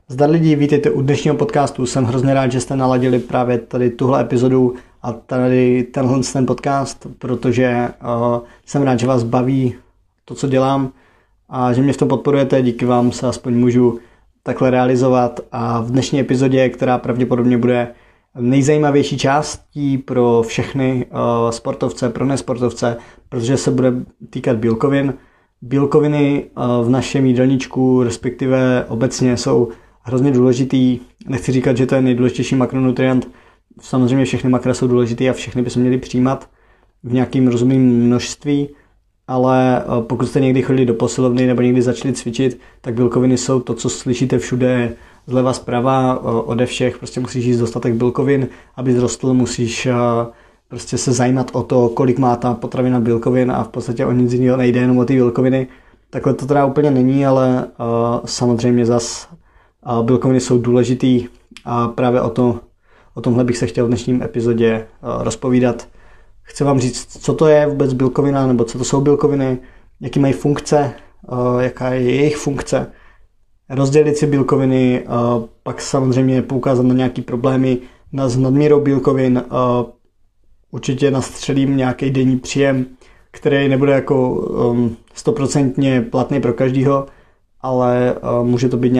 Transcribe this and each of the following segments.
Zdar lidi, vítejte u dnešního podcastu. Jsem hrozně rád, že jste naladili právě tady tuhle epizodu a tady ten podcast, protože jsem rád, že vás baví to, co dělám a že mě v tom podporujete. Díky vám se aspoň můžu takhle realizovat. A v dnešní epizodě, která pravděpodobně bude nejzajímavější částí pro všechny sportovce, pro nesportovce, protože se bude týkat bílkovin. Bílkoviny v našem jídelníčku, respektive obecně, jsou hrozně důležitý. Nechci říkat, že to je nejdůležitější makronutrient. Samozřejmě všechny makra jsou důležitý a všechny bychom měli přijímat v nějakým rozumném množství, ale pokud jste někdy chodili do posilovny nebo někdy začali cvičit, tak bílkoviny jsou to, co slyšíte všude zleva zprava ode všech. Prostě musíš jíst dostatek bílkovin, aby zrostl, musíš prostě se zajímat o to, kolik má ta potravina bílkovin a v podstatě o nic jiného nejde, jenom o ty bílkoviny. Takhle to teda úplně není, ale samozřejmě zas bílkoviny jsou důležitý a právě o tomhle bych se chtěl v dnešním epizodě rozpovídat. Chci vám říct, co to je vůbec bílkovina, nebo co to jsou bílkoviny, jaký mají funkce, jaká je jejich funkce, rozdělit si bílkoviny, pak samozřejmě poukázat na nějaké problémy s nadmírou bílkovin, určitě nastřelím nějaký denní příjem, který nebude jako 100% platný pro každýho, ale může to být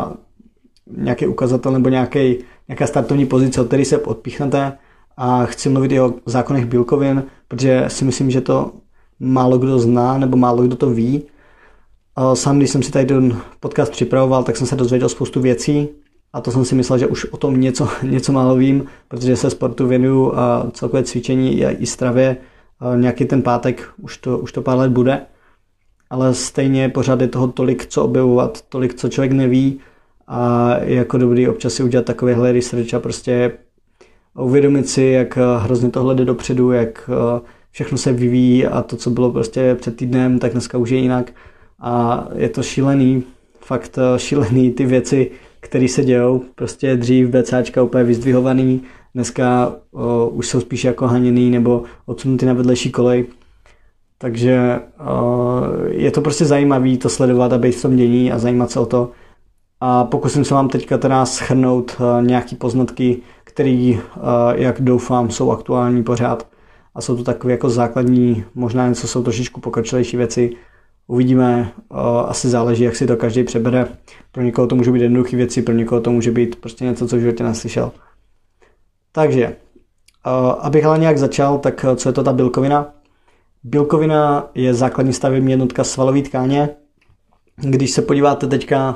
nějaký ukazatel nebo nějaká startovní pozice, od které se odpíchnete. A chci mluvit i o zákonech bílkovin, protože si myslím, že to málo kdo zná nebo málo kdo to ví. Sám, když jsem si tady ten podcast připravoval, tak jsem se dozvěděl spoustu věcí a to jsem si myslel, že už o tom něco málo vím, protože se sportu věnuju a celkové cvičení i stravě. Nějaký ten pátek už to pár let bude, ale stejně pořád je toho tolik, co objevovat, tolik, co člověk neví a je jako dobrý občas si udělat takovýhle research a prostě uvědomit si, jak hrozně tohle jde dopředu, jak všechno se vyvíjí a to, co bylo prostě před týdnem, tak dneska už je jinak a je to šílený, fakt šílený ty věci, které se dějou, prostě dřív BCAčka úplně vyzdvihovaný, dneska už jsou spíš jako haněný nebo odsunutý na vedlejší kolej, takže je to prostě zajímavý to sledovat a být v tom dění a zajímat se o to a pokusím se vám teďka teda shrnout nějaký poznatky, který, jak doufám, jsou aktuální pořád a jsou to takové jako základní, možná něco jsou trošičku pokročilejší věci. Uvidíme, asi záleží, jak si to každý přebere. Pro někoho to může být jednoduché věci, pro někoho to může být prostě něco, co v životě neslyšel. Takže, abych ale nějak začal, tak co je to ta bílkovina? Bílkovina je základní stavební jednotka svalové tkáně. Když se podíváte teďka,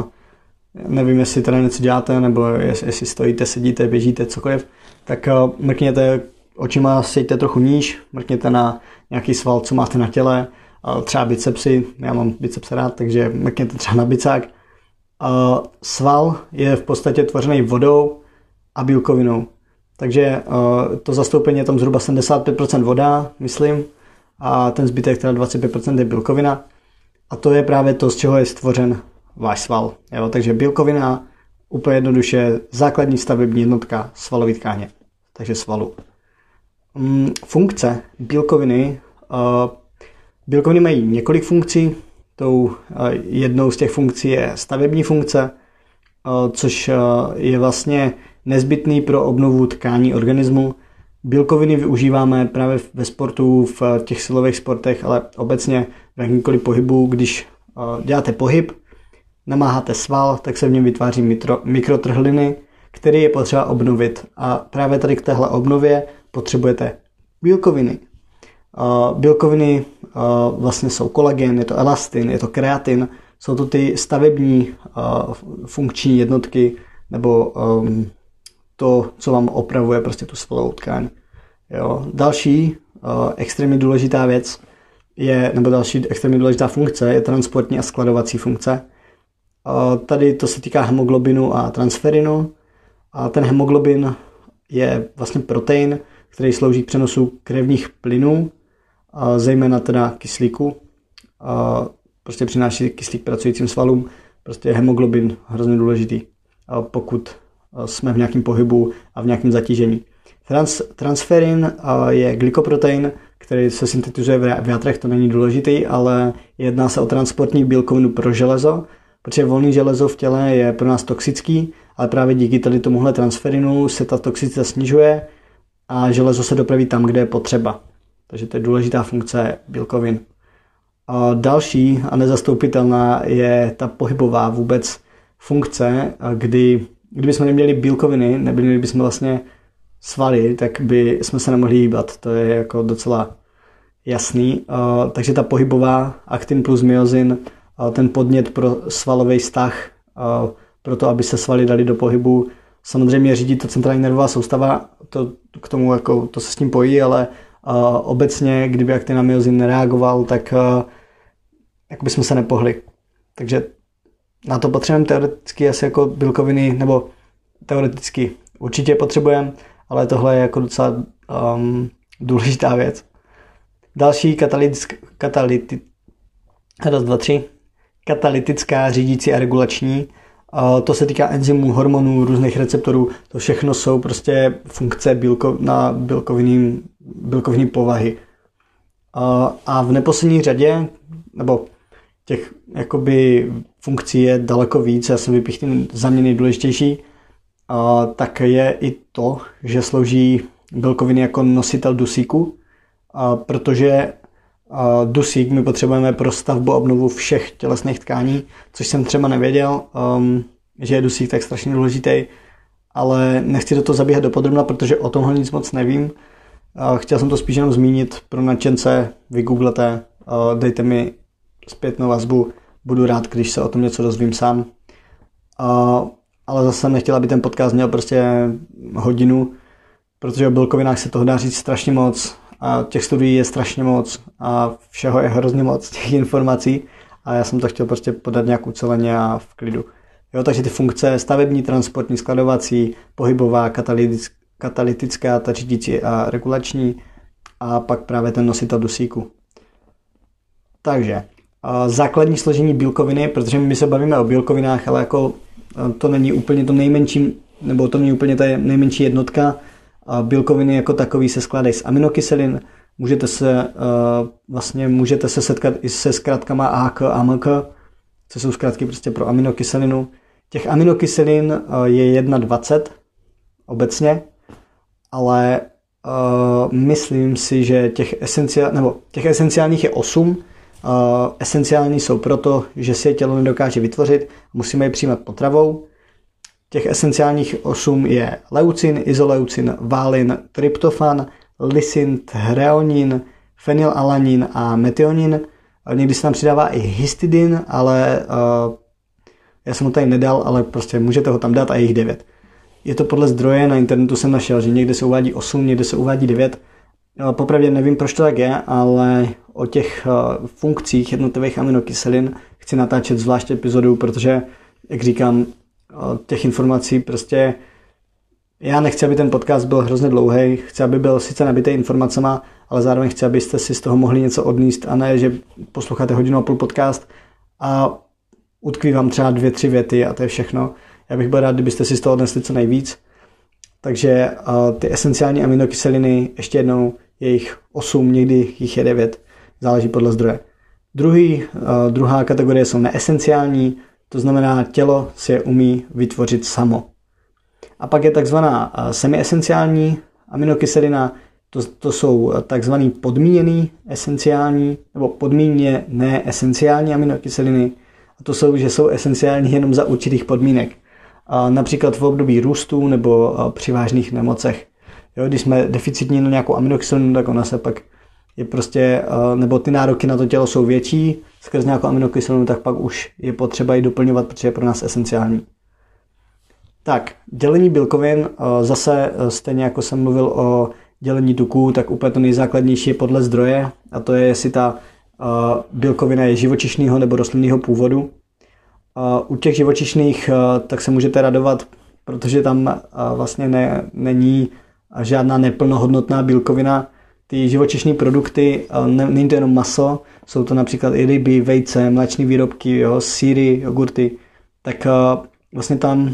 nevím, jestli teda něco děláte, nebo jestli stojíte, sedíte, běžíte, cokoliv, tak mrkněte očima, sejte trochu níž, mrkněte na nějaký sval, co máte na těle, třeba bicepsy, já mám biceps rád, takže mrkněte třeba na bicák. Sval je v podstatě tvořený vodou a bílkovinou, takže to zastoupení je tam zhruba 75% voda, myslím, a ten zbytek teda 25% je bílkovina a to je právě to, z čeho je stvořen váš sval. Jo? Takže bílkovina, úplně jednoduše, základní stavební jednotka svalové tkáně, takže svalu. Funkce bílkoviny. Bílkoviny mají několik funkcí. Jednou z těch funkcí je stavební funkce, což je vlastně nezbytný pro obnovu tkání organismu. Bílkoviny využíváme právě ve sportu, v těch silových sportech, ale obecně v jakýmkoliv pohybu. Když děláte pohyb, namáháte sval, tak se v něm vytváří mikrotrhliny, které je potřeba obnovit. A právě tady k téhle obnově potřebujete bílkoviny. Bílkoviny vlastně jsou kolagen, je to elastin, je to kreatin, jsou to ty stavební funkční jednotky, nebo to, co vám opravuje prostě tu svalovou tkáň. Jo. Další extrémně důležitá věc nebo další extrémně důležitá funkce je transportní a skladovací funkce. Tady to se týká hemoglobinu a transferinu. A ten hemoglobin je vlastně protein, který slouží k přenosu krevních plynů, zejména teda kyslíku. Prostě přináší kyslík pracujícím svalům. Prostě je hemoglobin hrozně důležitý, pokud jsme v nějakém pohybu a v nějakém zatížení. Transferin je glykoprotein, který se syntetizuje v játrech, to není důležitý, ale jedná se o transportní bílkovinu pro železo protože volné železo v těle je pro nás toxický, ale právě díky tady tomuhle transferinu se ta toxicita snižuje a železo se dopraví tam, kde je potřeba. Takže to je důležitá funkce bílkovin. A další a nezastoupitelná je ta pohybová vůbec funkce, kdybychom neměli bílkoviny, neměli bychom vlastně svaly, tak by jsme se nemohli hýbat. To je jako docela jasný. Takže ta pohybová, aktin plus myozin, ten podnět pro svalový vztah, pro to, aby se svaly dali do pohybu. Samozřejmě řídí to centrální nervová soustava, to k tomu jako, to se s tím pojí, ale obecně, kdyby aktin a myozin nereagoval, tak jak bychom se nepohli. Takže na to potřebujeme teoreticky asi jako bílkoviny, nebo teoreticky určitě potřebujeme, ale tohle je jako docela důležitá věc. Další katalytická, řídící a regulační. To se týká enzymů, hormonů, různých receptorů. To všechno jsou prostě funkce na bílkovinní povahy. A v neposlední řadě, nebo těch jakoby funkcí je daleko víc, já jsem vypíchl za mě nejdůležitější, tak je i to, že slouží bílkoviny jako nositel dusíku, protože dusík my potřebujeme pro stavbu a obnovu všech tělesných tkání, což jsem třeba nevěděl, že je dusík tak strašně důležitý, ale nechci do toho zabíhat dopodrobna, protože o tomhle nic moc nevím. Chtěl jsem to spíš jenom zmínit pro nadšence, vygooglete, dejte mi zpětnou vazbu, budu rád, když se o tom něco dozvím sám. Ale zase jsem nechtěl, aby ten podcast měl prostě hodinu, protože o bílkovinách se toho dá říct strašně moc a těch studií je strašně moc a všeho je hrozně moc, těch informací a já jsem to chtěl prostě podat nějak uceleně a v klidu. Jo, takže ty funkce stavební, transportní, skladovací, pohybová, katalytická, ta řídící a regulační a pak právě ten nositel dusíku. Takže základní složení bílkoviny, protože my se bavíme o bílkovinách, ale jako to není úplně to nejmenší, nebo to není úplně ta nejmenší jednotka. Bílkoviny jako takový se skládají z aminokyselin. Můžete se setkat i se zkratkama AK, AMK, co jsou zkratky prostě pro aminokyselinu. Těch aminokyselin je 21 obecně, ale myslím si, že těch esenciálních je 8. Esenciální jsou proto, že si je tělo nedokáže vytvořit, musíme je přijímat potravou. Těch esenciálních 8 je leucin, izoleucin, valin, tryptofan, lysin, threonin, fenylalanin a metionin. Někdy se tam přidává i histidin, ale já jsem ho tady nedal, ale prostě můžete ho tam dát a je jich 9. Je to podle zdroje, na internetu jsem našel, že někde se uvádí 8, někde se uvádí 9. Popravdě nevím, proč to tak je, ale o těch funkcích jednotlivých aminokyselin chci natáčet zvlášť epizodu, protože, jak říkám, těch informací prostě já nechci, aby ten podcast byl hrozně dlouhý, chci, aby byl sice nabitý informacema, ale zároveň chci, abyste si z toho mohli něco odníst a ne, že posloucháte 1,5 hodiny podcast a utkví vám třeba 2-3 věty a to je všechno. Já bych byl rád, kdybyste si z toho odnesli co nejvíc. Takže ty esenciální aminokyseliny, ještě jednou, je jich 8, někdy jich je 9, záleží podle zdroje. Druhá kategorie jsou neesenciální, to znamená, tělo si je umí vytvořit samo. A pak je takzvaná semiesenciální aminokyselina, to jsou takzvaný podmíněný esenciální nebo podmíněně neesenciální aminokyseliny. A to jsou, že jsou esenciální jenom za určitých podmínek. Například v období růstu nebo při vážných nemocech. Jo, když jsme deficitní na nějakou aminokyselinu, tak ona se pak je prostě, nebo ty nároky na to tělo jsou větší skrz nějakou aminokyselinu, tak pak už je potřeba ji doplňovat, protože je pro nás esenciální. Tak, dělení bílkovin, zase stejně jako jsem mluvil o dělení tuků, tak úplně to nejzákladnější je podle zdroje, a to je, jestli ta bílkovina je živočišného nebo rostlinného původu. U těch živočišných tak se můžete radovat, protože tam vlastně není žádná neplnohodnotná bílkovina. Ty živočišní produkty, není to jenom maso, jsou to například i ryby, vejce, mléčné výrobky, sýry, jogurty, tak vlastně tam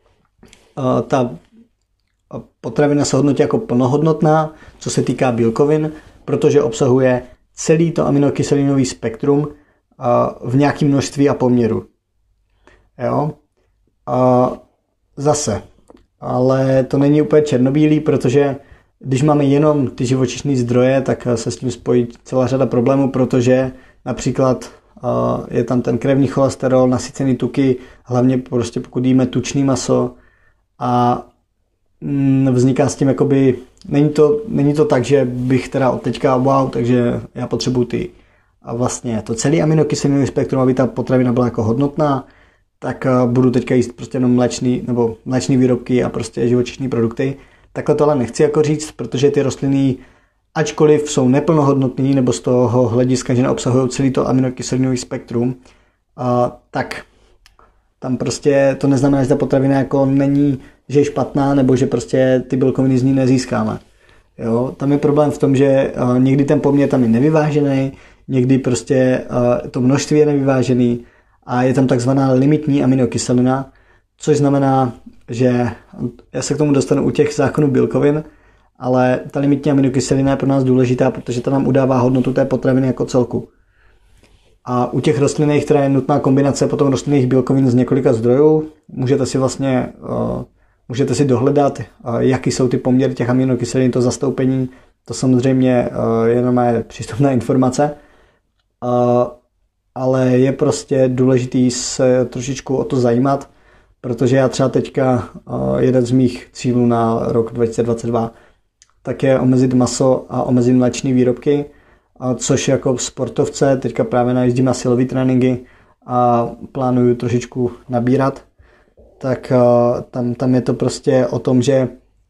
ta potravina se hodnotí jako plnohodnotná, co se týká bílkovin, protože obsahuje celý to aminokyselinový spektrum v nějakém množství a poměru. Jo? A zase, ale to není úplně černobílý, protože když máme jenom ty živočišné zdroje, tak se s tím spojí celá řada problémů, protože například je tam ten krevní cholesterol, nasycený tuky, hlavně prostě pokud jíme tučný maso a vzniká s tím jakoby, není to tak, že bych teda od teďka wow, takže já potřebuji ty a vlastně to celý aminokyselinové spektrum, aby ta potravina byla jako hodnotná, tak budu teďka jíst prostě jenom mléčný výrobky a prostě živočišní produkty. Takhle to ale nechci jako říct, protože ty rostliny, ačkoliv jsou neplnohodnotný, nebo z toho hlediska, že neobsahují celý to aminokyselinové spektrum, tak tam prostě to neznamená, že ta potravina jako není, že je špatná, nebo že prostě ty bílkoviny z ní nezískáme. Jo? Tam je problém v tom, že někdy ten poměr tam je nevyvážený, někdy prostě to množství je nevyvážený a je tam takzvaná limitní aminokyselina, což znamená, že já se k tomu dostanu u těch zákonů bílkovin, ale ta limitní aminokyselina je pro nás důležitá, protože to nám udává hodnotu té potraviny jako celku. A u těch rostlinných, která je nutná kombinace potom rostlinných bílkovin z několika zdrojů, můžete si dohledat, jaký jsou ty poměry těch aminokyselin, to zastoupení, to samozřejmě jenom je přístupná informace, ale je prostě důležitý se trošičku o to zajímat, protože já třeba teďka jeden z mých cílů na rok 2022 tak je omezit maso a omezit mléčné výrobky, což jako sportovce teďka právě najíždím na silové tréninky a plánuju trošičku nabírat, tak tam je to prostě o tom, že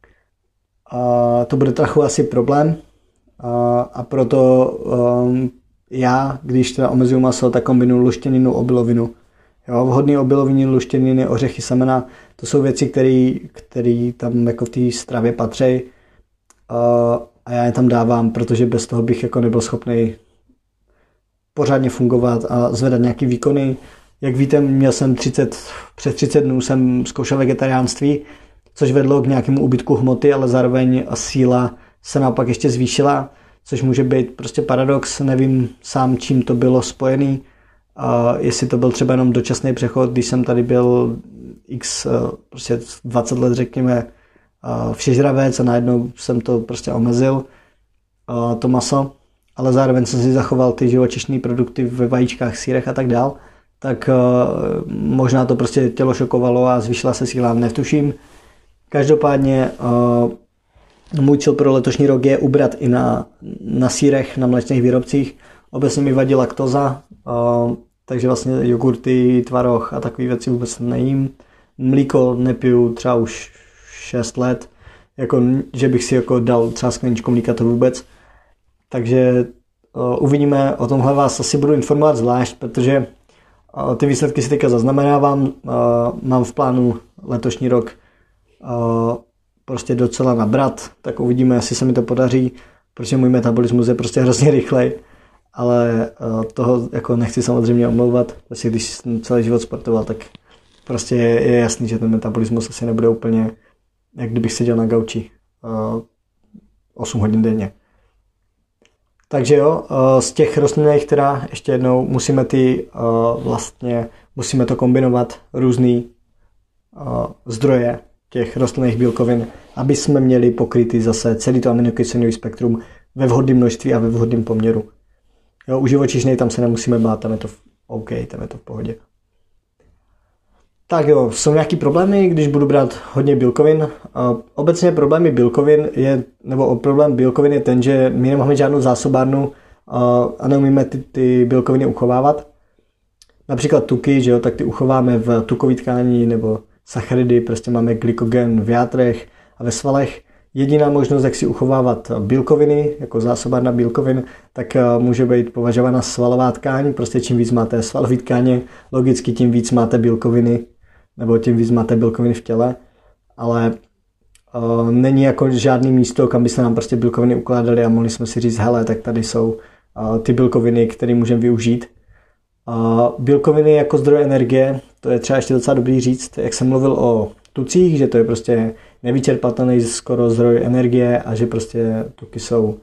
to bude trochu asi problém a proto já, když teda omezuju maso, tak kombinuju luštěninu, obilovinu. Jo, vhodný obiloviny, luštěniny, ořechy, semena, to jsou věci, které tam jako v té stravě patří a já je tam dávám, protože bez toho bych jako nebyl schopný pořádně fungovat a zvedat nějaký výkony. Jak víte, přes 30 dnů jsem zkoušel vegetariánství, což vedlo k nějakému úbytku hmoty, ale zároveň síla se naopak ještě zvýšila, což může být prostě paradox, nevím sám, čím to bylo spojený. Jestli to byl třeba jenom dočasný přechod, když jsem tady byl prostě 20 let, řekněme, všežravec a najednou jsem to prostě omezil, to maso, ale zároveň jsem si zachoval ty živočišné produkty ve vajíčkách, sýrech a tak dál, tak možná to prostě tělo šokovalo a zvýšila se síla, netuším. Každopádně můj cíl pro letošní rok je ubrat i na sýrech, na mléčných výrobcích. Obecně mi vadí laktóza, takže vlastně jogurty, tvaroh a takové věci vůbec nejím. Mlíko nepiju třeba už 6 let, jako, že bych si jako dal třeba skleničku mlíka, to vůbec. Takže uvidíme, o tomhle vás asi budu informovat zvlášť, protože ty výsledky si teďka zaznamenávám, mám v plánu letošní rok prostě docela nabrat, tak uvidíme, jestli se mi to podaří, protože můj metabolismus je prostě hrozně rychlej, ale toho jako nechci samozřejmě omlouvat, protože když jsem celý život sportoval, tak prostě je jasný, že ten metabolismus asi nebude úplně, jak kdybych seděl na gauči 8 hodin denně. Takže jo, z těch rostlinných, která ještě jednou musíme to kombinovat různý zdroje těch rostlinných bílkovin, aby jsme měli pokrytý zase celý to aminokyselinové spektrum ve vhodném množství a ve vhodném poměru. Jo, u živočišnej tam se nemusíme bát, tam je to OK, tam je to v pohodě. Tak jo, jsou nějaký problémy, když budu brát hodně bílkovin. Obecně problém bílkovin je ten, že my nemáme žádnou zásobárnu a neumíme ty bílkoviny uchovávat. Například tuky, že jo, tak ty uchováme v tukové tkání nebo sacharidy, prostě máme glykogen v játrech a ve svalech. Jediná možnost, jak si uchovávat bílkoviny, jako zásobárna bílkovin, tak může být považována svalová tkáň. Prostě čím víc máte svalové tkáně, logicky tím víc máte bílkoviny, nebo tím víc máte bílkoviny v těle, ale není jako žádný místo, kam by se nám prostě bílkoviny ukládaly a mohli jsme si říct, hele, tak tady jsou ty bílkoviny, které můžeme využít. Bílkoviny jako zdroj energie, to je třeba ještě docela dobrý říct, jak jsem mluvil o tucích, že to je prostě nevyčerpatelný skoro zdroj energie a že prostě tuky jsou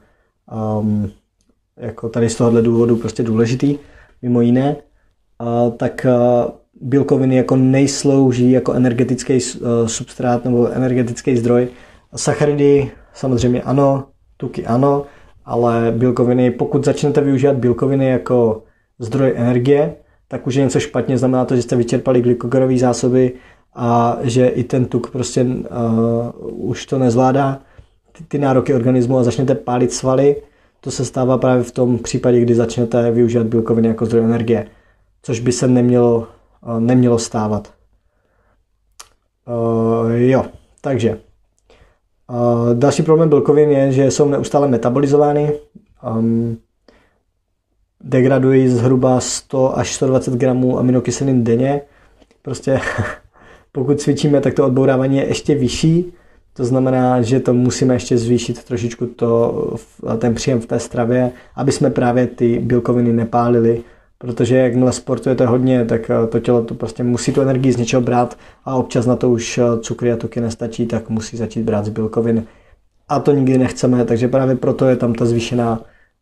jako tady z tohohle důvodu prostě důležitý, mimo jiné, tak bílkoviny jako nejslouží jako energetický substrát nebo energetický zdroj. Sacharidy samozřejmě ano, tuky ano, ale bílkoviny, pokud začnete využívat bílkoviny jako zdroj energie, tak už je něco špatně, znamená to, že jste vyčerpali glykogenové zásoby a že i ten tuk prostě už to nezvládá, ty nároky organismu a začnete pálit svaly. To se stává právě v tom případě, kdy začnete využívat bílkoviny jako zdroj energie, což by se nemělo stávat. Takže další problém bílkovin je, že jsou neustále metabolizovány. Degradují zhruba 100 až 120 gramů aminokyselin denně. Prostě pokud cvičíme, tak to odbourávání je ještě vyšší. To znamená, že to musíme ještě zvýšit trošičku ten příjem v té stravě, aby jsme právě ty bílkoviny nepálili. Protože jakmile sportujete hodně, tak to tělo to prostě musí tu energii z něčeho brát a občas na to už cukry a tuky nestačí, tak musí začít brát z bílkovin. A to nikdy nechceme, takže právě proto je tam ta zvýšená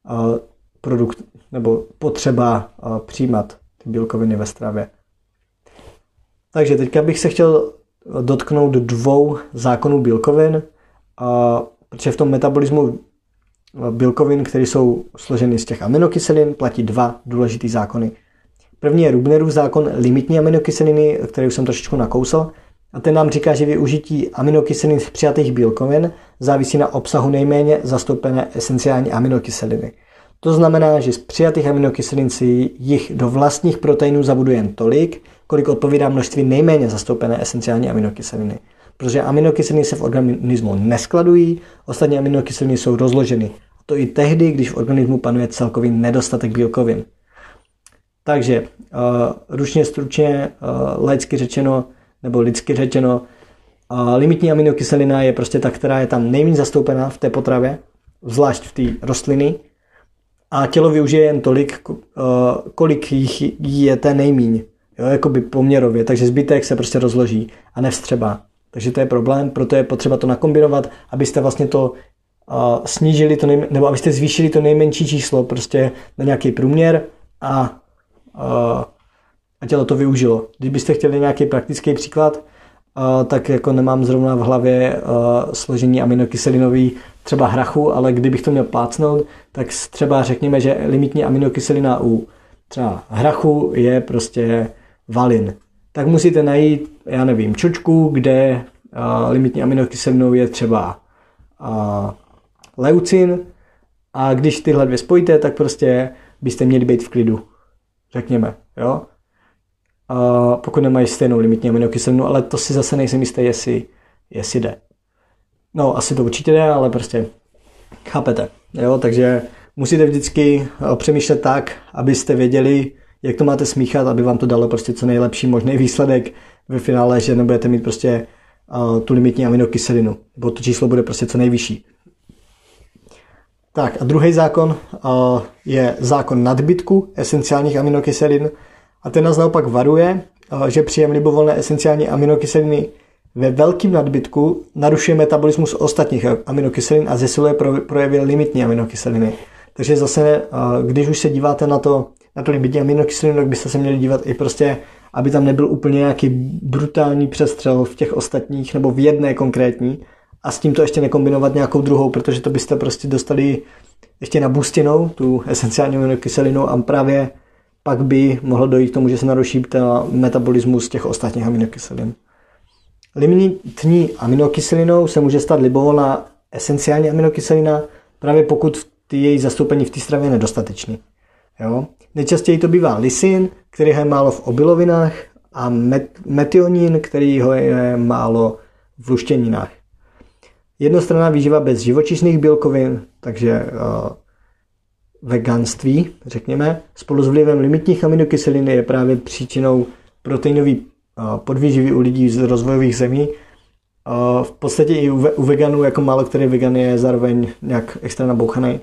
potřeba přijímat ty bílkoviny ve stravě. Takže teďka bych se chtěl dotknout 2 zákonů bílkovin, protože v tom metabolismu bílkovin, které jsou složeny z těch aminokyselin, platí 2 důležitý zákony. První je Rubnerův zákon limitní aminokyseliny, který už jsem trošičku nakousl, a ten nám říká, že využití aminokyselin z přijatých bílkovin závisí na obsahu nejméně zastoupené esenciální aminokyseliny. To znamená, že z přijatých aminokyselin si jich do vlastních proteinů zabuduje jen tolik, kolik odpovídá množství nejméně zastoupené esenciální aminokyseliny. Protože aminokyseliny se v organismu neskladují, ostatní aminokyseliny jsou rozloženy. A to i tehdy, když v organismu panuje celkový nedostatek bílkovin. Takže ručně, stručně, laicky řečeno, nebo lidsky řečeno, limitní aminokyselina je prostě ta, která je tam nejméně zastoupená v té potravě, zvlášť v té rostliny, a tělo využije jen tolik, kolik jich je té nejmíň, jo, jakoby poměrově, takže zbytek se prostě rozloží a nevstřebá. Takže to je problém, proto je potřeba to nakombinovat, abyste vlastně to snížili, nebo abyste zvýšili to nejmenší číslo prostě na nějaký průměr a tělo to využilo. Kdybyste chtěli nějaký praktický příklad, tak jako nemám zrovna v hlavě složení aminokyselinový třeba hrachu, ale kdybych to měl plácnout, tak třeba řekněme, že limitní aminokyselina u třeba hrachu je prostě valin. Tak musíte najít, já nevím, čočku, kde limitní aminokyselinou je třeba leucin, a když tyhle 2 spojíte, tak prostě byste měli být v klidu, řekněme, jo. Pokud nemají stejnou limitní aminokyselinu, ale to si zase nejsem jistý, jestli jde. No, asi to určitě jde, ale prostě chápete, jo, takže musíte vždycky přemýšlet tak, abyste věděli, jak to máte smíchat, aby vám to dalo prostě co nejlepší možný výsledek ve finále, že nebudete mít prostě tu limitní aminokyselinu, nebo to číslo bude prostě co nejvyšší. Tak a druhý zákon je zákon nadbytku esenciálních aminokyselin, a ten nás naopak varuje, že příjem libovolné esenciální aminokyseliny ve velkém nadbytku narušuje metabolismus ostatních aminokyselin a zesiluje projevy limitní aminokyseliny. Takže zase, když už se díváte na to limitní aminokyselinu, tak byste se měli dívat i prostě, aby tam nebyl úplně nějaký brutální přestřel v těch ostatních nebo v jedné konkrétní, a s tím to ještě nekombinovat nějakou druhou, protože to byste prostě dostali ještě nabůstěnou tu esenciální aminokyselinu a právě pak by mohlo dojít k tomu, že se naruší ten metabolismus těch ostatních aminokyselin. Limitní aminokyselinou se může stát libovolná esenciální aminokyselina, právě pokud její zastoupení v té stravě je nedostatečný. Jo? Nejčastěji to bývá lysin, který je málo v obilovinách, a metionin, který ho je málo v luštěninách. Jednostranná výživa bez živočišných bílkovin, takže veganství, řekněme, spolu s vlivem limitních aminokyselin je právě příčinou proteinové podvýživy u lidí z rozvojových zemí. V podstatě i u veganů, jako málo který vegan je zároveň nějak extra nabouchaný.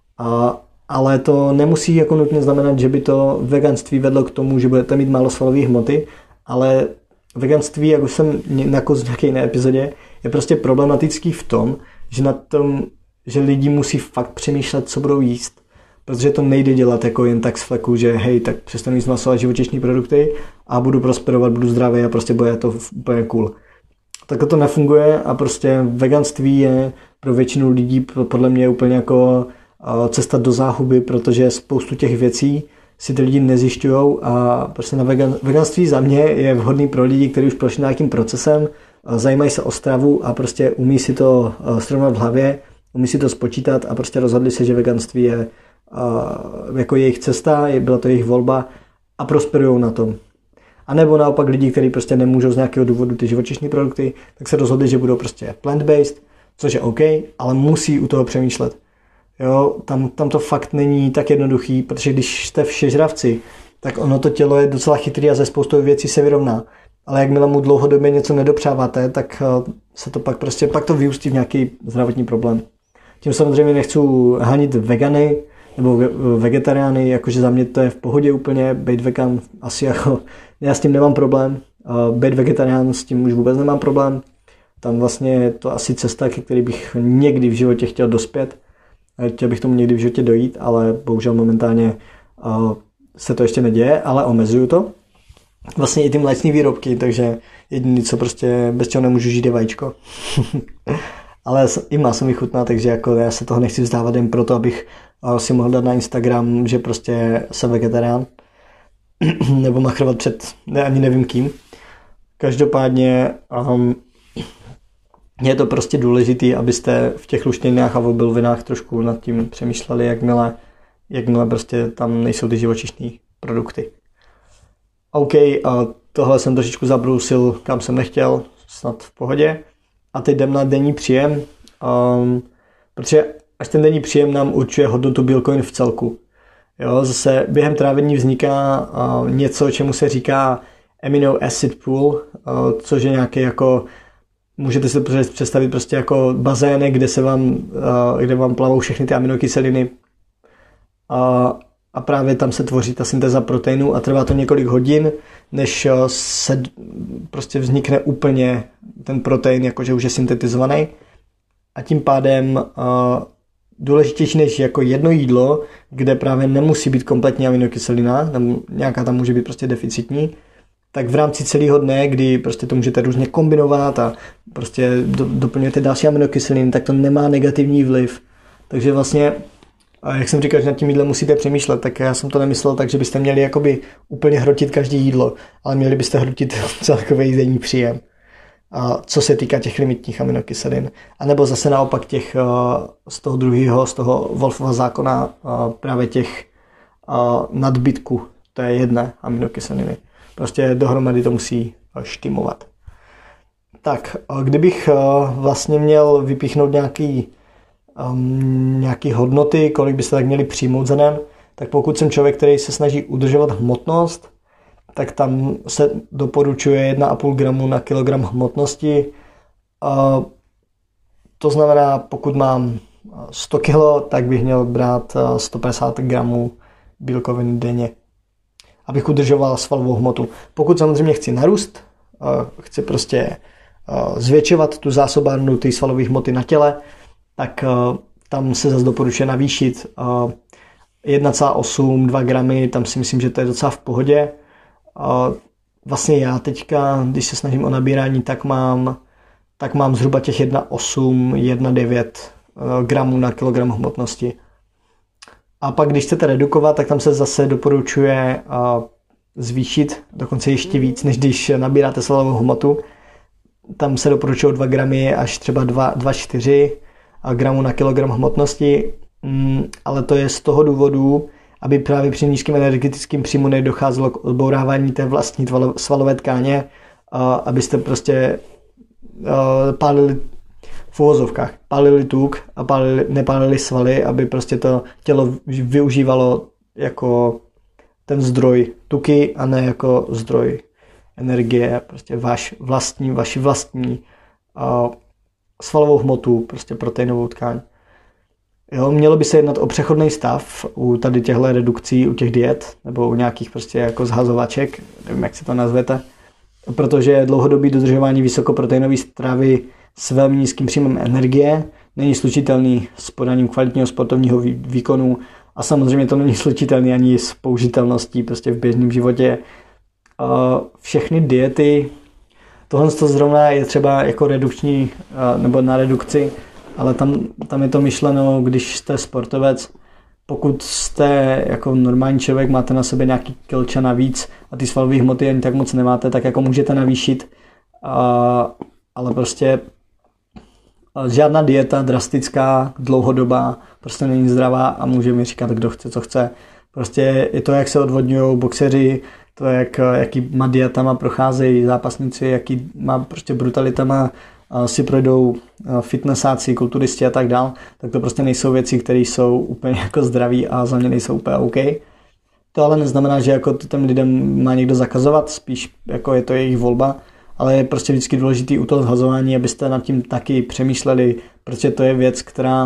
Ale to nemusí jako nutně znamenat, že by to veganství vedlo k tomu, že budete mít málo svalové hmoty, ale veganství, jak už jsem nakousl v nějaké jiné epizodě, je prostě problematický v tom, že lidi musí fakt přemýšlet, co budou jíst. protože to nejde dělat jako jen tak z fleku, že hej, tak přestanu jíst maso a živočišní produkty a budu prosperovat, budu zdravý a prostě bude to úplně cool. Tak to nefunguje a prostě veganství je pro většinu lidí podle mě úplně jako cesta do záhuby, protože spoustu těch věcí si ty lidi nezjišťujou a prostě na veganství za mě je vhodný pro lidi, kteří už prošli nějakým procesem, zajímají se o stravu a prostě umí si to srovnat v hlavě, umí si to spočítat a prostě rozhodli se, že veganství je jako jejich cesta, byla to jejich volba a prosperujou na tom. A nebo naopak lidi, kteří prostě nemůžou z nějakého důvodu ty živočišní produkty, tak se rozhodli, že budou prostě plant-based, což je OK, ale musí u toho přemýšlet. Jo, tam to fakt není tak jednoduchý, protože když jste všežravci, tak ono to tělo je docela chytrý a ze spoustou věcí se vyrovná. Ale jakmile mu dlouhodobě něco nedopřáváte, tak se to pak to vyústí v nějaký zdravotní problém. Tím samozřejmě nechci hanit vegany nebo vegetariány, jakože za mě to je v pohodě úplně, být vegan asi jako, já s tím nemám problém, být vegetarián s tím už vůbec nemám problém. Tam vlastně je to asi cesta, ke který bych někdy v životě chtěl dospět. Chtěl bych tomu někdy v životě dojít, ale bohužel momentálně se to ještě neděje, ale omezuju to. Vlastně i ty mléčné výrobky, takže jediné, co prostě bez čeho nemůžu žít, je vajíčko. Ale i maso mi chutná, takže jako já se toho nechci vzdávat jen proto, abych si mohl dát na Instagram, že prostě jsem vegetarián. Nebo machrovat před ani nevím kým. Každopádně je to prostě důležitý, abyste v těch luštěninách a v obilovinách trošku nad tím přemýšleli, jakmile prostě tam nejsou ty živočišní produkty. OK, tohle jsem trošičku zabrousil, kam jsem nechtěl, snad v pohodě. A teď jdem na denní příjem, protože až ten denní příjem nám určuje hodnotu bílkovin v celku. Jo, zase během trávení vzniká něco, čemu se říká amino acid pool, což je nějaký jako, můžete si to představit prostě jako bazének, kde vám plavou všechny ty aminokyseliny a právě tam se tvoří ta syntéza proteinů a trvá to několik hodin, než se prostě vznikne úplně ten protein, jakože už je syntetizovaný. A tím pádem důležitější než jako jedno jídlo, kde právě nemusí být kompletní aminokyselina, nějaká tam může být prostě deficitní, tak v rámci celého dne, kdy prostě to můžete různě kombinovat a prostě doplňujete další aminokyseliny, tak to nemá negativní vliv. Takže vlastně, jak jsem říkal, že nad tím jídlem musíte přemýšlet, tak já jsem to nemyslel tak, že byste měli jakoby úplně hrotit každý jídlo, ale měli byste hrotit celkový denní příjem. Co se týká těch limitních aminokyselin. A nebo zase naopak těch z toho druhého, z toho Wolfova zákona, právě těch nadbytku té jedné aminokyseliny. Prostě dohromady to musí štimovat. Tak, kdybych vlastně měl vypíchnout nějaký hodnoty, kolik byste tak měli přijmout za den, tak pokud jsem člověk, který se snaží udržovat hmotnost, tak tam se doporučuje 1,5 gramu na kilogram hmotnosti. To znamená, pokud mám 100 kg, tak bych měl brát 150 gramů bílkovin denně, abych udržoval svalovou hmotu. Pokud samozřejmě chci narůst, chci prostě zvětšovat tu zásobárnu té svalové hmoty na těle, tak tam se zase doporučuje navýšit 1,8-2 gramy, tam si myslím, že to je docela v pohodě. Vlastně já teďka, když se snažím o nabírání, tak mám zhruba těch 1,8-1,9 gramů na kilogram hmotnosti. A pak když chcete redukovat, tak tam se zase doporučuje zvýšit dokonce ještě víc, než když nabíráte svalovou hmotu. Tam se doporučují 2 gramy až třeba 2,4 gramů na kilogram hmotnosti, ale to je z toho důvodu, aby právě při nízkém energetickém příjmu nedocházelo k odbourávání té vlastní svalové tkáně, abyste prostě pálili v uvozovkách, pálili tuk a nepálili svaly, aby prostě to tělo využívalo jako ten zdroj tuky a ne jako zdroj energie, prostě vaši vlastní svalovou hmotu, prostě proteinovou tkáň. Jo, mělo by se jednat o přechodný stav u tady těchto redukcí, u těch diet, nebo u nějakých prostě jako zhazovaček, nevím, jak si to nazvete, protože dlouhodobý dodržování vysokoproteinové stravy s velmi nízkým příjmem energie není slučitelný s podáním kvalitního sportovního výkonu A samozřejmě to není slučitelné ani s použitelností prostě v běžném životě. Všechny diety, tohle to zrovna je třeba jako redukční nebo na redukci, ale tam je to myšleno, když jste sportovec, pokud jste jako normální člověk, máte na sobě nějaký kilča navíc a ty svalové hmoty ani tak moc nemáte, tak jako můžete navýšit, ale prostě žádná dieta drastická, dlouhodobá, prostě není zdravá a může mi říkat, kdo chce, co chce. Prostě je to, jak se odvodňují boxeři, to, jakýma dietama procházejí zápasníci, jaký má prostě brutalitama si projdou fitnessáci, kulturisti a tak dál, tak to prostě nejsou věci, které jsou úplně jako zdraví a za mě nejsou úplně OK. To ale neznamená, že jako to těm lidem má někdo zakazovat, spíš jako je to jejich volba, ale je prostě vždycky důležitý u toho zhazování, abyste nad tím taky přemýšleli, protože to je věc,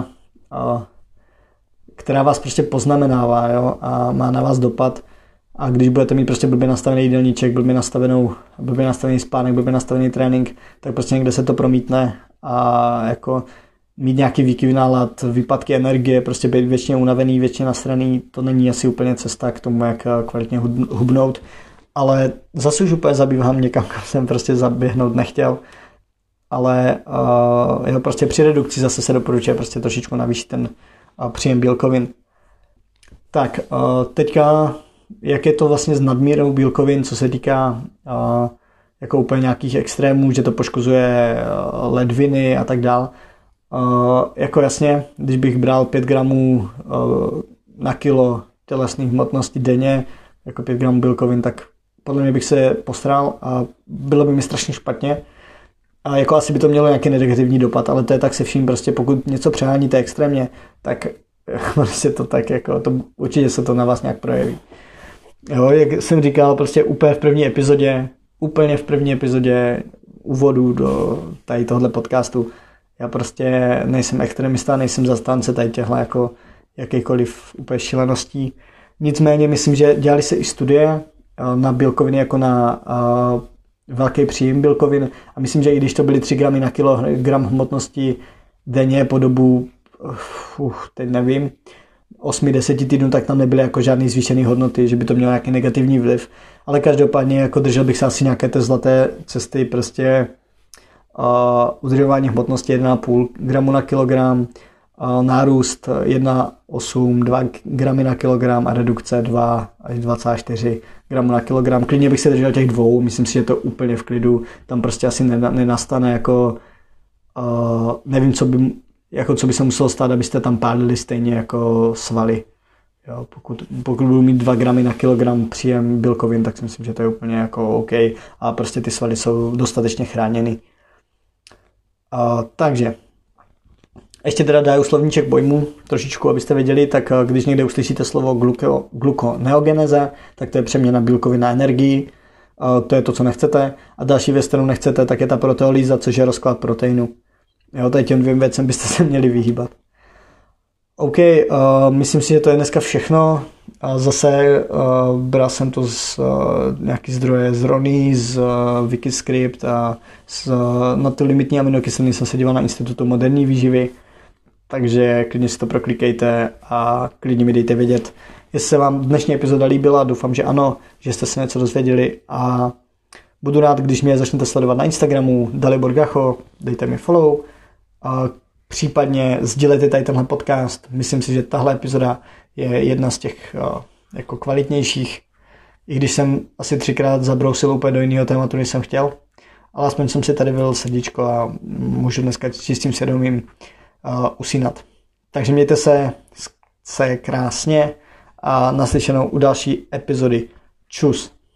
která vás prostě poznamenává, jo, a má na vás dopad. A když budete mít prostě blbě nastavený jídelníček, blbě nastavený spánek, blbě nastavený trénink, tak prostě někde se to promítne a jako mít nějaký výkyvy nálad, výpadky energie, prostě být většině unavený, většině nasraný, to není asi úplně cesta k tomu, jak kvalitně hubnout. Ale zase už úplně zabývám někam, kam jsem prostě zaběhnout nechtěl. Ale jo, prostě při redukci zase se doporučuje prostě trošičku navýšit ten příjem bílkovin. Tak, teďka jak je to vlastně s nadmírou bílkovin, co se týká jako úplně nějakých extrémů, že to poškozuje ledviny a tak dál. Jako jasně, když bych bral 5 gramů na kilo tělesných hmotností denně, jako 5 gramů bílkovin, tak podle mě bych se postral a bylo by mi strašně špatně. A jako asi by to mělo nějaký negativní dopad, ale to je tak se vším, prostě pokud něco přeháníte extrémně, tak prostě to tak jako, to, určitě se to na vás nějak projeví. Jo, jak jsem říkal, prostě úplně v první epizodě úvodu do tady tohle podcastu, já prostě nejsem extremista, nejsem zastánce tady těchto jako jakýkoliv úplně šíleností. Nicméně myslím, že dělali se i studie na bílkoviny jako na velký příjem bílkovin a myslím, že i když to byly 3 gramy na kilogram hmotnosti denně po dobu, teď nevím, 8-10 týdnů, tak tam nebyly jako žádný zvýšený hodnoty, že by to mělo nějaký negativní vliv. Ale každopádně jako držel bych se asi nějaké té zlaté cesty, prostě udržování hmotnosti 1,5 gramu na kilogram, nárůst 1,8, 2 gramy na kilogram a redukce 2 až 2,4 gramu na kilogram. Klidně bych se držel těch 2, myslím si, že to úplně v klidu, tam prostě asi nenastane jako nevím, co by se muselo stát, abyste tam pálili stejně jako svaly. Jo, pokud budu mít 2 gramy na kilogram příjem bílkovin, tak si myslím, že to je úplně jako OK a prostě ty svaly jsou dostatečně chráněny. Takže ještě teda daju slovníček pojmu trošičku, abyste věděli, tak když někde uslyšíte slovo glukoneogeneze, tak to je přeměna bílkovin na energii, to je to, co nechcete. A další věc, kterou nechcete, tak je ta proteolýza, což je rozklad proteinu. Jo, tady těm 2 věcem byste se měli vyhýbat. OK, myslím si, že to je dneska všechno. Zase bral jsem to z nějaký zdroje z Rony, z Wikiscript a na ty limitní aminokyseliny jsem se díval na Institutu moderní výživy, takže klidně si to proklikejte a klidně mi dejte vědět, jestli se vám dnešní epizoda líbila. Doufám, že ano, že jste se něco dozvěděli a budu rád, když mě začnete sledovat na Instagramu Dalibor Gacho, dejte mi follow a případně sdílejte tady tenhle podcast. Myslím si, že tahle epizoda je jedna z těch jako kvalitnějších, i když jsem asi 3krát zabrousil úplně do jiného tématu, než jsem chtěl, ale aspoň jsem si tady vylil srdíčko a můžu dneska čistým svědomím usínat. Takže mějte se krásně a naslyšenou u další epizody. Čus.